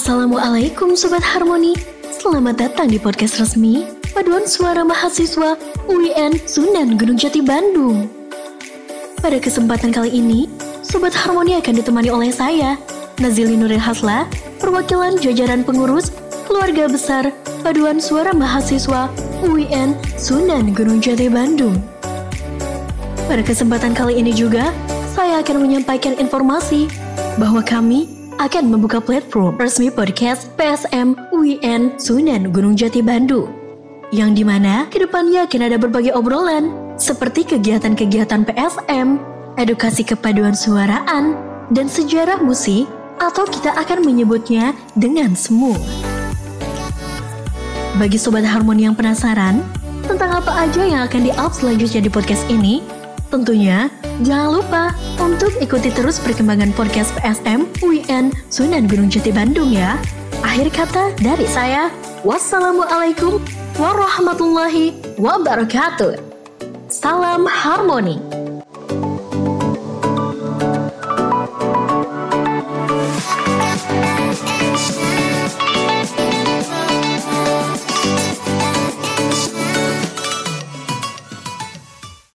Assalamualaikum Sobat Harmoni. Selamat datang di podcast resmi Paduan Suara Mahasiswa UIN Sunan Gunung Jati Bandung. Pada kesempatan kali ini, Sobat Harmoni akan ditemani oleh saya, Nazili Nuril Hasla, perwakilan jajaran pengurus keluarga besar Paduan Suara Mahasiswa UIN Sunan Gunung Jati Bandung. Pada kesempatan kali ini juga, saya akan menyampaikan informasi bahwa kami akan membuka platform resmi podcast PSM UIN Sunan Gunung Jati Bandung, yang dimana kedepannya akan ada berbagai obrolan seperti kegiatan-kegiatan PSM, edukasi kepaduan suaraan, dan sejarah musik, atau kita akan menyebutnya dengan semu. Bagi Sobat Harmoni yang penasaran tentang apa aja yang akan di-up selanjutnya di podcast ini, tentunya jangan lupa untuk ikuti terus perkembangan podcast PSM UIN Sunan Gunung Jati Bandung ya. Akhir kata dari saya, wassalamualaikum warahmatullahi wabarakatuh. Salam harmoni.